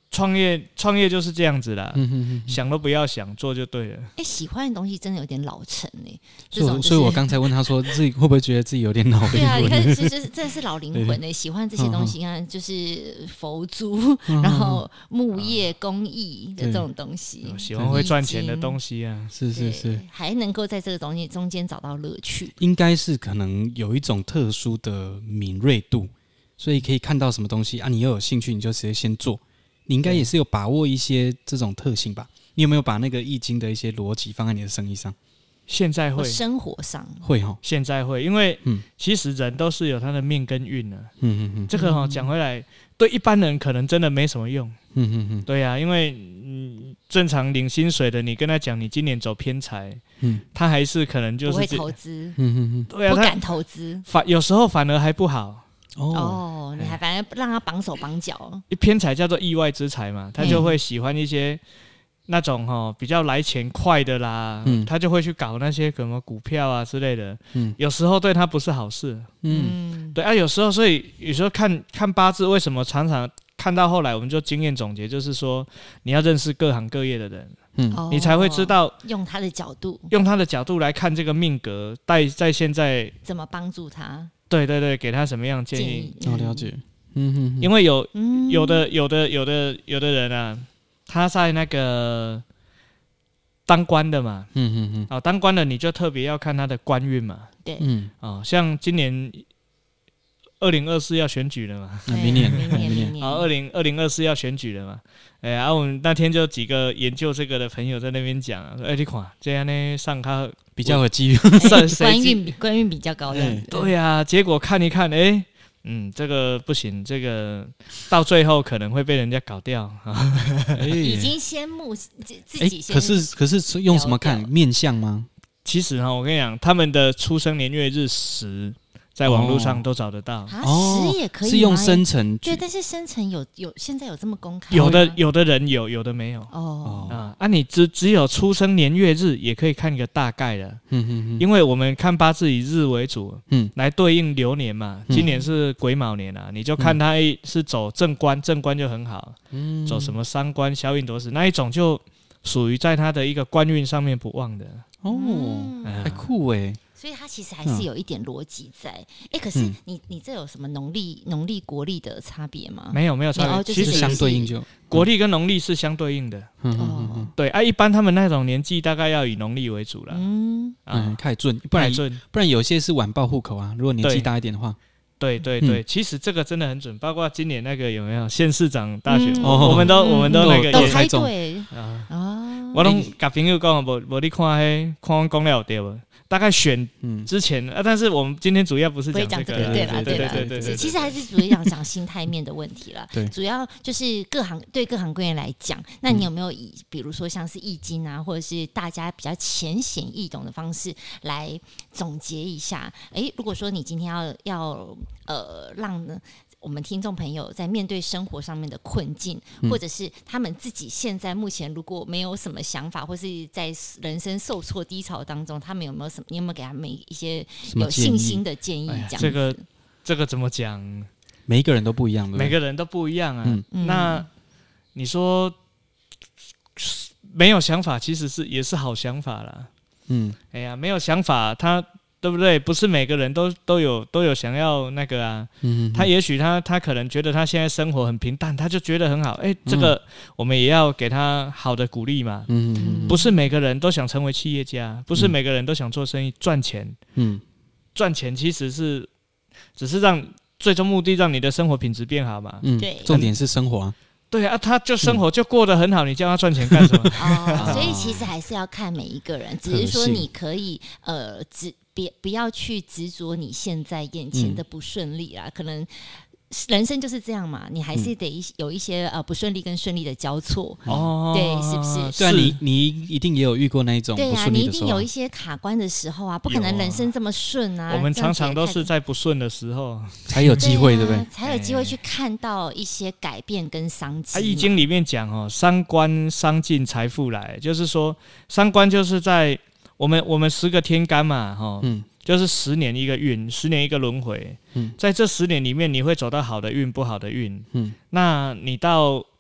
创业创业就是这样子啦， 嗯哼哼想都不要想，做就对了。 哎、欸，喜欢的东西真的有点老成哎、欸， 所以、就是、所以我刚才问他说，自己会不会觉得自己有点老灵魂？ 对啊，你看，这这真的是老灵魂哎、欸，喜欢这些东西，你看就是佛珠，然后木业工艺的这种东西， 喜欢会赚钱的东西啊， 是是是， 还能够在这个东西中间找到乐趣， 应该是可能有一种特殊的敏锐度，所以可以看到什么东西啊，你又有兴趣，你就直接先做。你应该也是有把握一些这种特性吧？你有没有把那个易经的一些逻辑放在你的生意上？ 现在会， 生活上会齁， 现在会，因为其实人都是有他的命跟运的。嗯嗯嗯，这个齁讲回来，对一般人可能真的没什么用。嗯嗯嗯，对啊，因为嗯正常领薪水的，你跟他讲你今年走偏财，嗯，他还是可能就是不会投资， 嗯嗯嗯， 对啊，不敢投资， 反有时候反而还不好。 哦, 哦，你还反而让他绑手绑脚。 一偏财叫做意外之财嘛，他就会喜欢一些那种齁比较来钱快的啦，嗯、他就会去搞那些什么股票啊之类的。嗯，有时候对他不是好事。嗯，对啊，有时候所以有时候看看八字，为什么常常看到后来我们就经验总结，就是说你要认识各行各业的人。嗯，你才会知道用他的角度， 用他的角度来看这个命格，在在现在怎么帮助他。 对对对，给他什么样的建议？ 哦，了解。嗯哼哼， 因为有、嗯、有的有的有的有的人啊，他在那个当官的嘛，嗯哼哼，哦，当官的你就特别要看他的官运嘛。 对， 嗯，哦，像今年二零二四要选举了嘛， 明年明年明年， 好，二零二零二四要选举了嘛。哎、欸，啊，我们那天就几个研究这个的朋友在那边讲，说，哎、欸，你看这样呢，上咖比较有机遇， 官运比官运比较高的。 对呀、啊，结果看一看，哎、欸，嗯，这个不行，这个到最后可能会被人家搞掉。 已经先目自己先、 欸，可是可是用什么看面相吗？ 其实哈，我跟你讲，他们的出生年月日时。在网络上都找得到哦，十也可以， 是用生辰对，但是生辰有有现在有这么公开？ 有的有的人有，有的没有哦啊啊！你只只有出生年月日也可以看一个大概的，嗯嗯嗯，因为我们看八字以日为主，嗯，来对应流年嘛。今年是癸卯年啊，你就看他是走正官，正官就很好，嗯，走什么伤官、消运夺食那一种，就属于在他的一个官运上面不旺的哦，嗯、还酷哎、欸。 所以它其实还是有一点逻辑在，哎、欸，可是你、嗯、你这有什么农历、农历、国历的差别吗？ 没有，没有差别， 就是、 其实相对应就国历跟农历是相对应的。嗯嗯嗯，对啊，一般他们那种年纪大概要以农历为主啦。嗯啊，太准，不然不然有些是晚报户口啊。如果年纪大一点的话， 对对 对, 對、嗯，其实这个真的很准，包括今年那个有没有县市长大选，嗯、我们都、嗯、我们都那个都猜对啊啊！我拢甲朋友讲，无无你看迄看我讲了对无？大概选之前、嗯、啊，但是我们今天主要不是讲这个， 对啦对啦对对，其实还是主要讲心态面的问题啦。对，主要就是各行对各行各业来讲，那你有没有以比如说像是易经啊，或者是大家比较浅显易懂的方式来总结一下？哎、欸，如果说你今天要要呃让呢。我们听众朋友在面对生活上面的困境、嗯，或者是他们自己现在目前如果没有什么想法，或是在人生受挫低潮当中，他们有没有什么？你有没有给他们一些有信心的建议？这样子、哎、 这个这个怎么讲？ 每一个人都不一样，对不对？ 每个人都不一样啊。嗯、那你说没有想法，其实是也是好想法啦。嗯，哎呀，没有想法，他。对不对？不是每个人都都有都有想要那个啊。嗯、他也许他他可能觉得他现在生活很平淡，他就觉得很好。哎，这个我们也要给他好的鼓励嘛。嗯、不是每个人都想成为企业家，不是每个人都想做生意赚钱。嗯，赚钱其实是只是让最终目的让你的生活品质变好嘛。 嗯，对，重点是生活啊。 对啊，他就生活就过得很好，嗯、你叫他赚钱干什么？ 哦，所以其实还是要看每一个人，只是说你可以呃只。别不要去执着你现在眼前的不顺利啦、嗯，可能人生就是这样嘛，你还是得有一些呃不顺利跟顺利的交错哦，对，是不是？ 对啊，你你一定也有遇过那一种不顺利的时候、啊， 对啊，你一定有一些卡关的时候啊，不可能人生这么顺啊。 我们常常都是在不顺的时候才有机会，对不对？ 才有机会去看到一些改变跟商机。 啊，《易经》里面讲哦，伤官伤尽财富来，就是说伤官就是在我们我们十个天干嘛，哈，嗯。就是十年一个运，十年一个轮回。嗯，在这十年里面，你会走到好的运，不好的运。嗯，那你到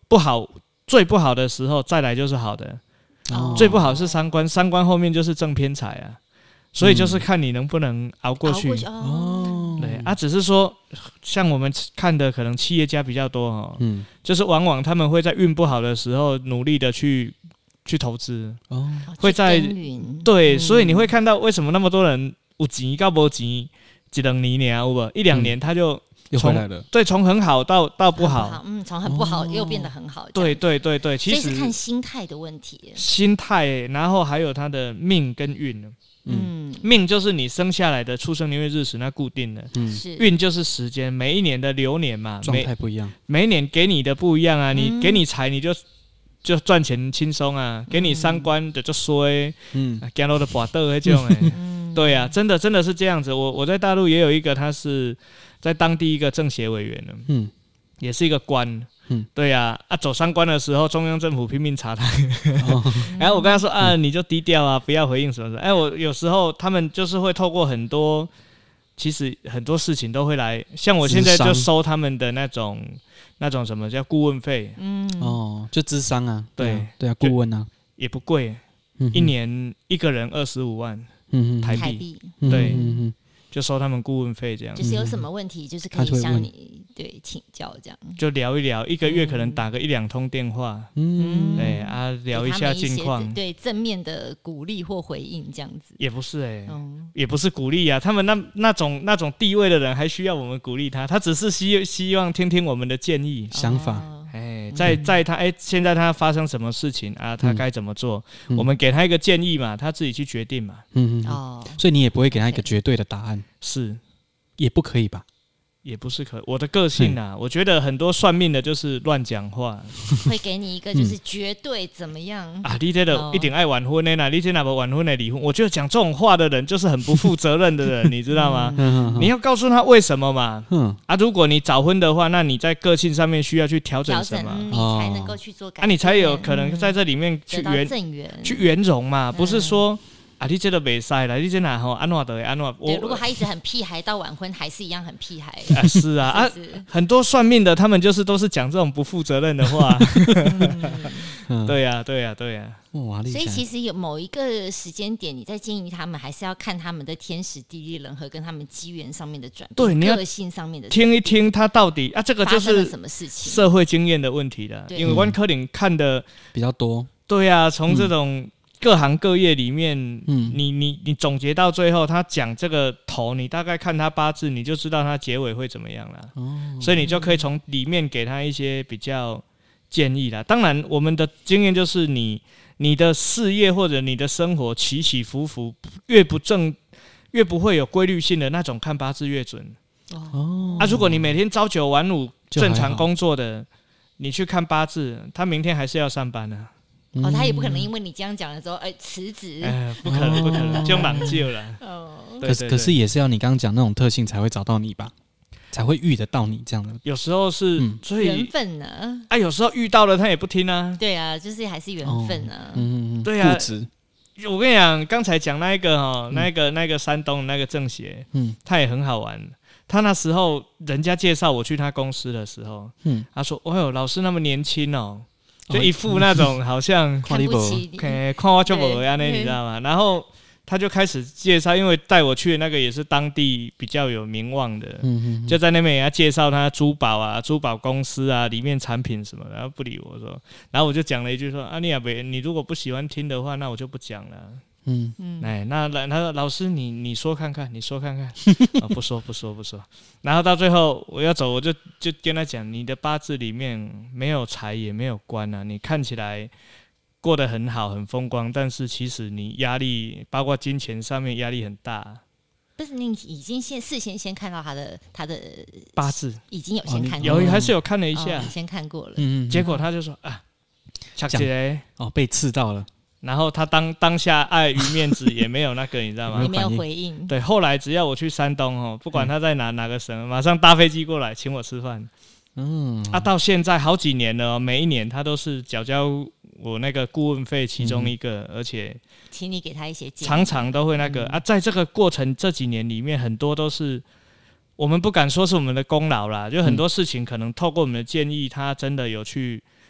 不好最不好的时候再来就是好的，哦、最不好是三关，三关后面就是正偏财啊，所以就是看你能不能熬过去。嗯、哦，对啊，只是说像我们看的可能企业家比较多哦，嗯，就是往往他们会在运不好的时候努力的去去投资，哦，会在对、嗯，所以你会看到为什么那么多人有钱到没钱，一两年呢，有无一两年他就。 又回来了， 对，从很好到到不好， 好嗯，从很不好又变得很好， 对对对对，其实所以是看心态的问题， 心态，然后还有他的命跟运，嗯，命就是你生下来的出生年月日时那固定的，嗯，运就是时间，每一年的流年嘛， 状态不一样， 每一年给你的不一样啊，你给你财你就就赚钱轻松啊，给你三观的就衰，嗯，走路的跋倒那种哎，对啊，真的真的是这样子，我我在大陆也有一个他是。在当地一个政协委员呢，嗯，也是一个官，嗯，对呀、啊，啊，走三关的时候，中央政府拼命查他，哦、然后我跟他说啊，你就低调啊，不要回应什么的。哎，我有时候他们就是会透过很多，其实很多事情都会来，像我现在就收他们的那种那种什么叫顾问费，嗯， 哦，就諮商啊， 对啊对啊，顧問啊， 也不貴、嗯，一年一個人二十五萬、嗯、台幣，對。嗯就收他們顧問費這樣， 就是有什麼問題，就是可以向你對請教這樣， 就聊一聊，一個月可能打個一兩通電話，嗯，對啊，聊一下近況， 對正面的鼓勵或回應這樣子， 也不是哎、欸嗯，也不是鼓勵啊，他們那那種那種地位的人還需要我們鼓勵他，他只是希希望聽聽我們的建議想法。 哎，在在他哎，現在他發生什麼事情啊？他該怎麼做、嗯？我們給他一個建議嘛，他自己去決定嘛。 嗯嗯哦，所以你也不會給他一個絕對的答案， 是， 也不可以吧？ 也不是可，我的個性啊，我覺得很多算命的就是亂講話， 會給你一個就是絕對怎麼樣、嗯、 啊？你這個一定愛晚婚的啦，你這哪不晚婚的離婚？我覺得講這種話的人就是很不負責任的人，你知道嗎？你要告訴他為什麼嘛？嗯啊，如果你早婚的話，那你在個性上面需要去調整什麼？ 你才能夠去做改變， 啊，你才有可能在這裡面去圓、嗯、去圓融嘛，不是說。啊！你這個袂使啦，你這哪吼安怎就會安怎？ 對，如果他一直很屁孩，到晚婚還是一樣很屁孩。 啊，是啊，是是啊，很多算命的，他們就是都是講這種不負責任的話。嗯、對呀、啊，對呀、啊，對呀、啊。 哇，所以其實有某一個時間點，你在建議他們，還是要看他們的天時地利人和跟他們機緣上面的轉變，對，你要個性上面的聽一聽他到底啊，這個就是什麼事情， 社會經驗的問題了。因為阮可能看的比較多。 對啊，從這種。嗯各行各業裡面，嗯，你你你總結到最後，他講這個頭，你大概看他八字，你就知道他結尾會怎麼樣了。哦，所以你就可以從裡面給他一些比較建議啦。當然，我們的經驗就是你你的事業或者你的生活起起伏伏，越不正越不會有規律性的那種，看八字越準。哦，啊，如果你每天朝九晚五正常工作的，你去看八字，他明天還是要上班啊。 哦，他也不可能因為你這樣講了之後，哎、欸，辭職。哎、 呃，不可能，不可能，就忙救了。 哦，可是可是也是要你剛剛講那種特性才會找到你吧，才會遇得到你這樣的。 有時候是，嗯、所以緣分呢。 啊，有時候遇到了他也不聽啊。 對啊，就是還是緣分啊。 哦、嗯， 對啊。固執。我跟你講，剛才講那一個哈，那個那個山東那個政協，嗯，他也很好玩。他那時候人家介紹我去他公司的時候，嗯，他說：“哦喲，老師那麼年輕哦。”就一副那種好像看不起你， 看我就不一樣，你知道嗎？然後他就開始介紹，因為帶我去的那個也是當地比較有名望的，嗯、就在那邊給他介紹他珠寶啊、珠寶公司啊、裡面產品什麼的，然後不理我說，然後我就講了一句說：“啊，你也別，你如果不喜歡聽的話，那我就不講了。”嗯嗯，哎，那他說老師你你說看看，你說看看，哦、不說不說不說，然後到最後我要走，我就就跟他講，你的八字裡面沒有財也沒有官啊，你看起來過得很好很風光，但是其實你壓力包括金錢上面壓力很大。 不是你已經先事先先看到他的他的八字， 已經有先看過、 哦、有還是有看了一下， 哦、先看過了， 嗯，結果他就說啊，講起來哦被刺到了。 然後他當當下礙於面子也沒有那個，你知道嗎？ 也沒有回應。 對，後來只要我去山東哦，不管他在哪、嗯、哪個省，馬上搭飛機過來請我吃飯。嗯，啊，到現在好幾年了，每一年他都是繳交我那個顧問費其中一個，嗯、而且請你給他一些建議， 常常都會那個、嗯、啊，在這個過程這幾年裡面，很多都是我們不敢說是我們的功勞啦，就很多事情可能透過我們的建議，他真的有去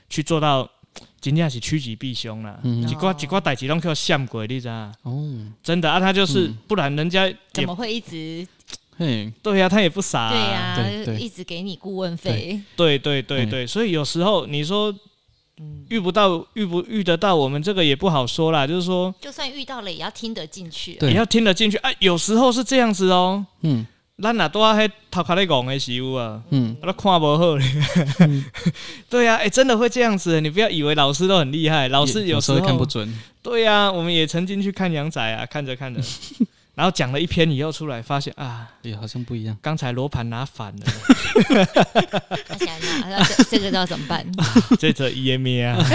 去做到。真正是趋吉避凶啦，嗯、一挂一挂代志拢叫闪过，你知道？哦，真的啊，他就是，嗯、不然人家怎么会一直？ 嘿，对呀、啊，他也不傻、啊， 对呀、啊， 对对一直给你顾问费， 对对对对，所以有时候你说遇不到、遇不遇得到，我们这个也不好说啦，就是说， 就算遇到了，也要听得进去， 也要听得进去。哎、啊，有时候是这样子哦，嗯。咱若拄啊，迄头壳咧戆的时候啊，嗯，我都看不好咧。嗯、对呀、啊，哎、欸，真的会这样子，你不要以为老师都很厉害，老师有时候有时候看不准。 对呀、啊，我们也曾经去看阳仔啊，看着看着，然后讲了一篇以后出来，发现啊， 也好像不一样。刚才罗盘拿反了。 那现在那这这个要怎么办？ 这这 E M A 啊。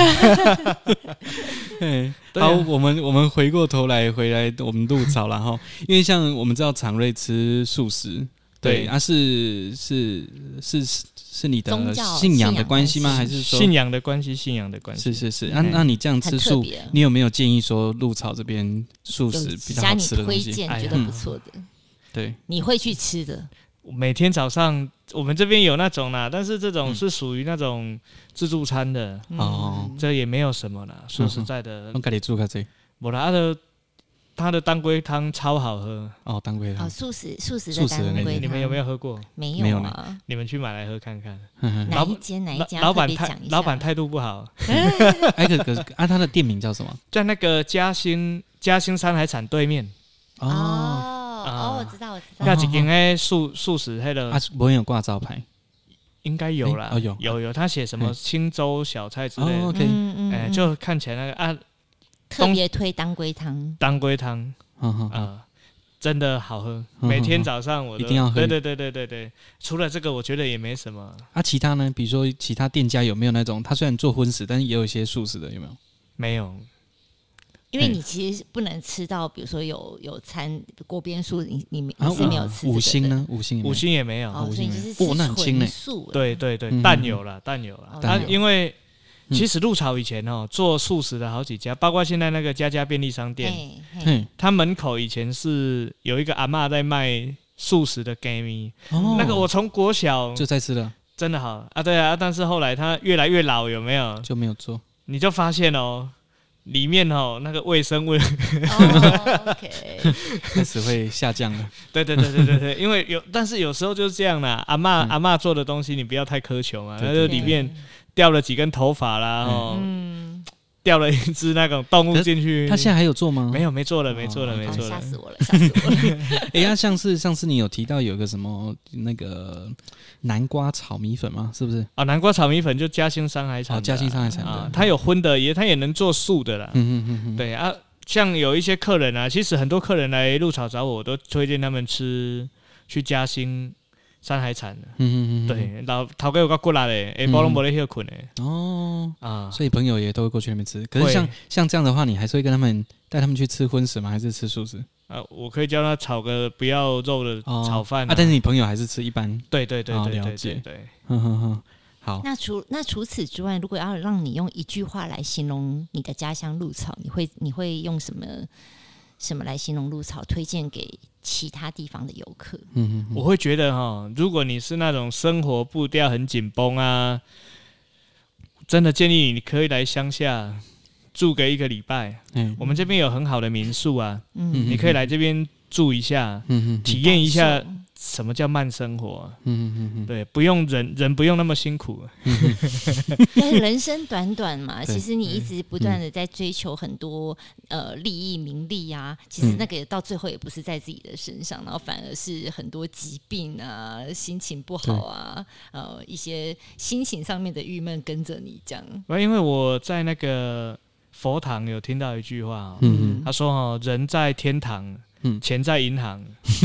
对，好，我们我们回过头来回来我们鹿草啦齁，因为像我们知道常瑞吃素食，对，啊是是是是你的信仰的关系吗？还是说信仰的关系？信仰的关系？ 是是是。那、啊、那你这样吃素，你有没有建议说鹿草这边素食比较好吃的东西？ 推荐觉得不错的、嗯， 对， 你会去吃的。 每天早上我们这边有那种啦，但是这种是属于那种自助餐的哦、嗯，这也没有什么啦。说实在的， 我家里煮较济， 无啦，他的他的当归汤超好喝哦，当归汤哦，素食素食的当归汤， 你们有没有喝过？ 没有啊， 你们去买来喝看看。 哪一间哪一家？ 老板态老板态度不好。 哎，可可是啊，他的店名叫什么？ 在那个嘉兴嘉兴山海产对面。 哦。哦，我知道，我知道。 那一间诶素素食迄个， 啊，没有挂招牌， 应该有啦。 哦，有有有，他写什么青州小菜之类的。 哦 ，OK， 哎，就看起来那个啊， 特别推当归汤。 当归汤，啊，真的好喝。每天早上我一定要喝。 对对对对对对。除了这个，我觉得也没什么。 啊，其他呢？比如说其他店家有没有那种？他虽然做荤食，但是也有一些素食的，有没有？ 没有。 因为你其实不能吃到，比如说有有餐锅边素，你你你是没有吃、这个啊、五星呢？五星五星也没有， 哦，所以就是吃纯素。 对对对，蛋有了，蛋有了。啊，因为其实鹿草以前哦做素食的好几家，包括现在那个家家便利商店，它门口以前是有一个阿嬷在卖素食的鸡米，哦、那个我从国小就在吃了， 真的好啊，对啊，但是后来它越来越老，有没有？ 就没有做， 你就发现哦。里面哦，那个卫生味， 哦 OK， 开始会下降了。 对对对对对对，因为有，但是有时候就是这样啦。阿嬷、嗯、阿嬷做的东西，你不要太苛求嘛。那就里面掉了几根头发啦，哦，嗯，掉了一只那种动物进去。 他现在还有做吗？ 没有，没做了，没做了，没做了。 吓死我了，吓死我了。 哎呀，像是上次你有提到有个什么那个。南瓜炒米粉吗？是不是啊？南瓜炒米粉就嘉兴山海产， 嘉兴山海产啊，它有荤的，也它也能做素的啦。嗯嗯嗯，对啊，像有一些客人啊，其实很多客人来鹿草找我，我都推荐他们吃去嘉兴山海产的。嗯嗯嗯，对，老头家有够骨力的，下晡拢无咧休困的。哦啊，所以朋友也都会过去那边吃。可是像像这样的话，你还是会跟他们带他们去吃荤食吗？还是吃素食？ 啊，我可以叫他炒个不要肉的炒饭啊, 啊，但是你朋友还是吃一般。 对对对对对、 哦、了解。 对， 哼哼哼，好。 那除那除此之外，如果要让你用一句话来形容你的家乡鹿草，你会你会用什么什么来形容鹿草？推荐给其他地方的游客？ 嗯哼，我会觉得哈，如果你是那种生活步调很紧绷啊，真的建议你可以来乡下。住个一个礼拜，嗯，我们这边有很好的民宿啊，嗯，你可以来这边住一下，嗯，体验一下什么叫慢生活，嗯嗯嗯，对，不用人人不用那么辛苦， 但人生短短嘛，其实你一直不断的在追求很多呃利益名利啊，其实那个到最后也不是在自己的身上，然后反而是很多疾病啊，心情不好啊，呃，一些心情上面的郁闷跟着你这样。 因为我在那个。佛堂有听到一句话、哦嗯、他说、哦、人在天堂、嗯、钱在银行。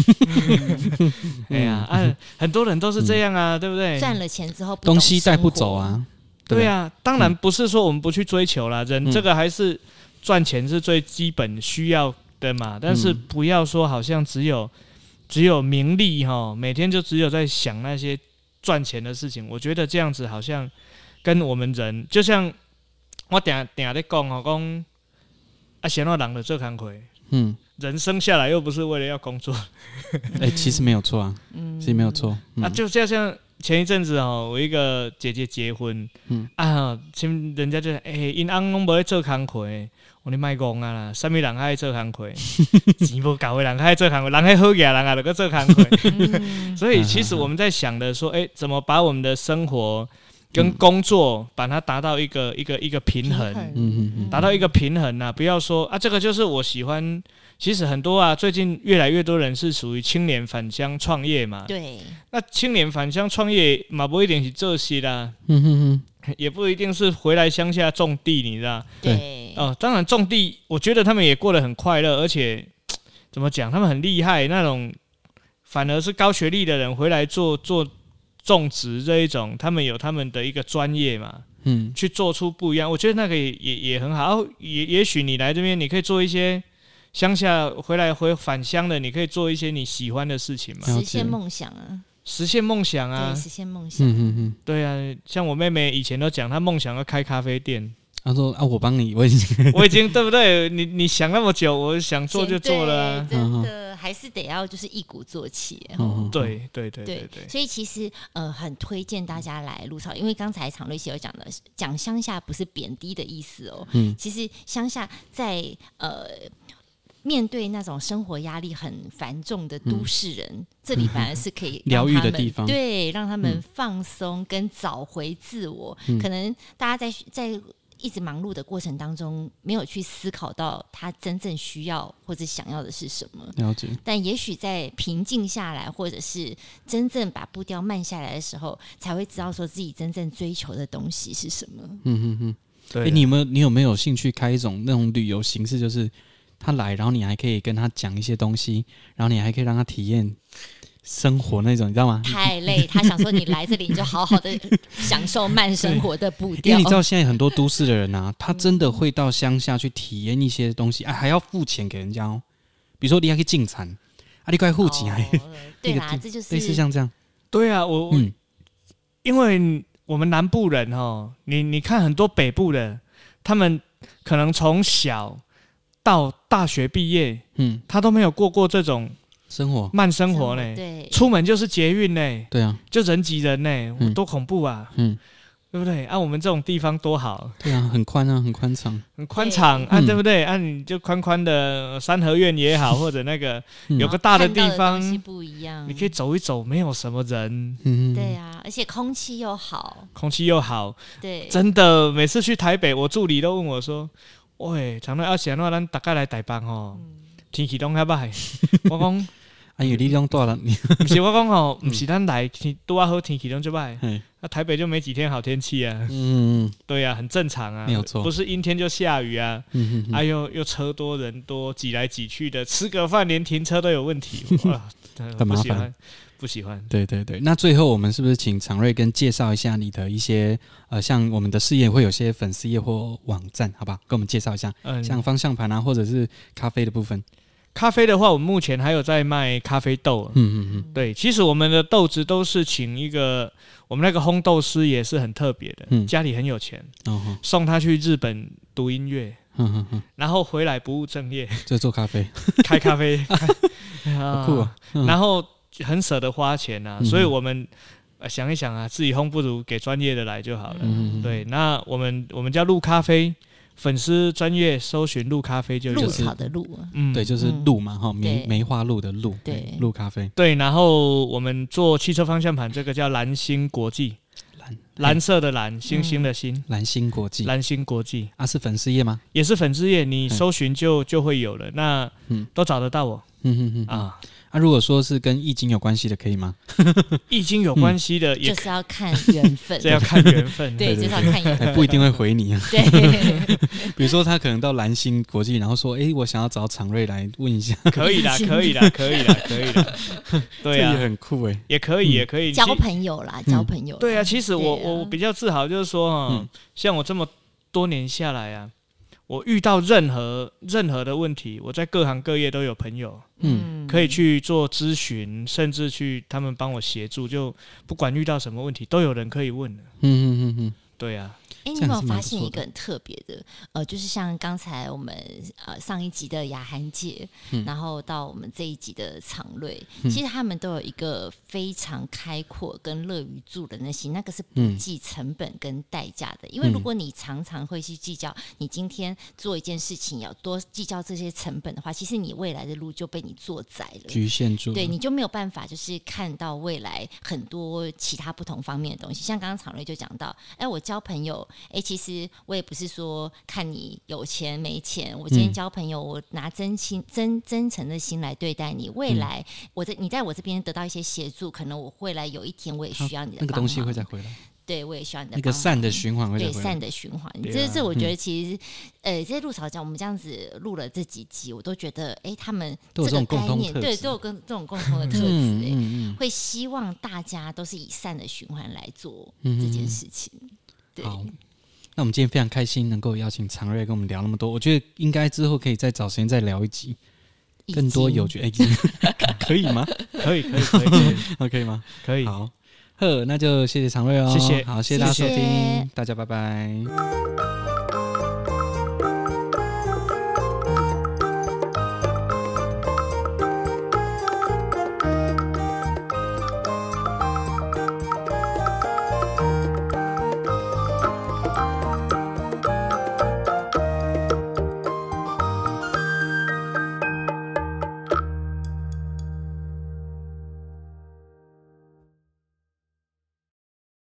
哎呀、啊，很多人都是这样啊，嗯、对不对？ 赚了钱之后不东西带不走啊。 对啊，当然不是说我们不去追求啦，人这个还是赚钱是最基本需要的嘛。但是不要说好像只有只有名利哈，每天就只有在想那些赚钱的事情。我觉得这样子好像跟我们人就像。我定定在讲哦，讲啊，什么人就做工课，嗯，人生下来又不是为了要工作， 哎、欸，其实没有错啊，嗯，其实没有错、嗯、 啊，就就像前一阵子哦，我一个姐姐结婚，嗯啊，亲人家就哎，因翁拢无咧做工课，我你卖讲啊啦，啥物人爱做工课，钱无够的人爱做工课，人迄好嘢人啊，就搁做工课。所以其实我们在想的说，哎、欸，怎么把我们的生活跟工作把它达到一个一个一个平衡，达到一个平衡啊！不要说啊，这个就是我喜欢。其实很多啊，最近越来越多人是属于青年返乡创业嘛。 对。那青年返乡创业嘛，不一定是这些啦， 嗯哼哼， 也不一定是回来乡下种地，你知道？ 对。 哦，当然种地，我觉得他们也过得很快乐，而且怎么讲，他们很厉害，那种反而是高学历的人回来做做种植这一种，他们有他们的一个专业嘛。嗯。去做出不一样，我觉得那个也也也很好。也也许你来这边，你可以做一些。乡下回来回返乡的，你可以做一些你喜欢的事情嘛， 实现梦想啊， 实现梦想啊， 对，实现梦想。嗯嗯嗯，对啊，像我妹妹以前都讲，她梦想要开咖啡店。 她说啊，我帮你，我已经， 我已经对不对？你你想那么久，我想做就做了啊。 真的还是得要就是一鼓作气。 嗯、对对对 对, 对, 对，所以其实呃很推荐大家来鹿草，因为刚才常瑞希有讲的，讲乡下不是贬低的意思哦。嗯，其实乡下在呃。面对那种生活压力很繁重的都市人，嗯、这里反而是可以疗愈的地方， 对，让他们放松跟找回自我。嗯、可能大家在在一直忙碌的过程当中，没有去思考到他真正需要或者想要的是什么。 了解。 但也许在平静下来，或者是真正把步调慢下来的时候，才会知道说自己真正追求的东西是什么。 嗯哼哼。对、欸。你有没有你有没有兴趣开一种那种旅游形式，就是他来，然后你还可以跟他讲一些东西，然后你还可以让他体验生活那种，你知道吗？ 太累，他想说你来这里，你就好好的享受慢生活的步调。 因为你知道现在很多都市的人啊，他真的会到乡下去体验一些东西，啊，还要付钱给人家哦。比如说你还可以进产，啊，你快付钱， 哦，对啦，这就是类似像这样。 对啊，我，嗯、因为我们南部人哦，你你看很多北部的，他们可能从小到大学毕业，嗯，他都没有过过这种生活慢生活呢。 对， 出门就是捷运呢。 对啊， 就人挤人呢， 嗯、 多恐怖啊！嗯，对不对？啊，我们这种地方多好。 对啊，很宽啊，很宽敞， 很宽敞啊，对不对？啊，你就宽宽的三合院也好，或者那个有个大的地方， 嗯、不一样， 你可以走一走，没有什么人。 嗯，对啊，而且空气又好， 空气又好。 对， 真的，每次去台北，我助理都问我说。喂，常常要想话，咱大概来台北吼，嗯、天气拢较歹。我讲， 哎呦，你拢大了， 不是我讲吼，不是咱来天拄啊好，天气拢就歹。那台北就没几天好天气啊。嗯，对啊，很正常啊， 没有错， 不是阴天就下雨啊。嗯哼，哎呦，又车多人多，挤来挤去的，吃个饭连停车都有问题，哇， 很麻烦。 不喜欢， 对对对。那最后我们是不是请常瑞跟介绍一下你的一些呃，像我们的事业会有些粉丝页或网站，好不好？跟我们介绍一下，嗯，像方向盘啊，或者是咖啡的部分。 咖啡的话，我们目前还有在卖咖啡豆。嗯嗯嗯，对，其实我们的豆子都是请一个我们那个烘豆师也是很特别的，嗯、家里很有钱，哦、送他去日本读音乐。嗯嗯嗯，然后回来不务正业， 就做咖啡， 开咖啡， 好酷啊！ 嗯、然后很舍得花钱啊，嗯、所以我们、呃、想一想啊，自己烘不如给专业的来就好了。嗯、对，那我们我们叫鹿咖啡，粉丝专业搜寻鹿咖啡就有。 鹿草的鹿， 嗯，对，就是鹿嘛，哈、嗯，梅梅花鹿的鹿， 对， 鹿咖啡。 对，然后我们做汽车方向盘，这个叫蓝星国际。蓝色的蓝，星星的星， 蓝星国际， 蓝星国际啊，是粉丝页吗？ 也是粉丝页，你搜寻就就会有了，那都找得到我。嗯嗯嗯啊，啊，如果说是跟易经有关系的，可以吗？ 易经有关系的， 就是要看缘分， 这要看缘分， 对，就是要看缘分， 不一定会回你啊。 对， 比如说他可能到蓝星国际，然后说，哎，我想要找常瑞来问一下， 可以啦，可以啦，可以啦，可以啦，对啊， 也很酷哎， 也可以，也可以交朋友啦，交朋友。 对啊，其实我我比较自豪，就是说哈，像我这么多年下来啊。我遇到任何任何的问题，我在各行各业都有朋友，嗯，可以去做咨询，甚至去他们帮我协助，就不管遇到什么问题，都有人可以问的。嗯嗯嗯嗯， 对啊。 哎，你有没有发现一个很特别的？呃，就是像刚才我们呃上一集的雅涵姐，嗯、然后到我们这一集的常瑞，嗯、其实他们都有一个非常开阔跟乐于助人的心，那个是不计成本跟代价的。嗯、因为如果你常常会去计较，你今天做一件事情要多计较这些成本的话，其实你未来的路就被你做窄了， 局限住了， 对，你就没有办法就是看到未来很多其他不同方面的东西。像刚刚常瑞就讲到，哎，我交朋友。哎，其实我也不是说看你有钱没钱，我今天交朋友，嗯、我拿真心、真真诚的心来对待你。未来，嗯、我在你在我这边得到一些协助，可能我未来有一天我也需要你的帮忙， 那个东西会再回来。 对，我也需要你的那个善的循环会再回来。 对，善的循环。这这，我觉得其实，嗯、呃，这些陆草讲，我们这样子录了这几集，我都觉得，哎，他们这个概念，对，都有跟这种共同的特质，哎、嗯嗯嗯，会希望大家都是以善的循环来做这件事情。嗯、对。 好。那我们今天非常开心能够邀请常瑞跟我们聊那么多，我觉得应该之后可以再找时间再聊一集，更多有趣。哎，可以吗？ 可以，可以，可以 ，OK 吗？ 可以。 好，呵，那就谢谢常瑞哦， 谢谢， 好，谢谢大家收听，谢谢大家拜拜。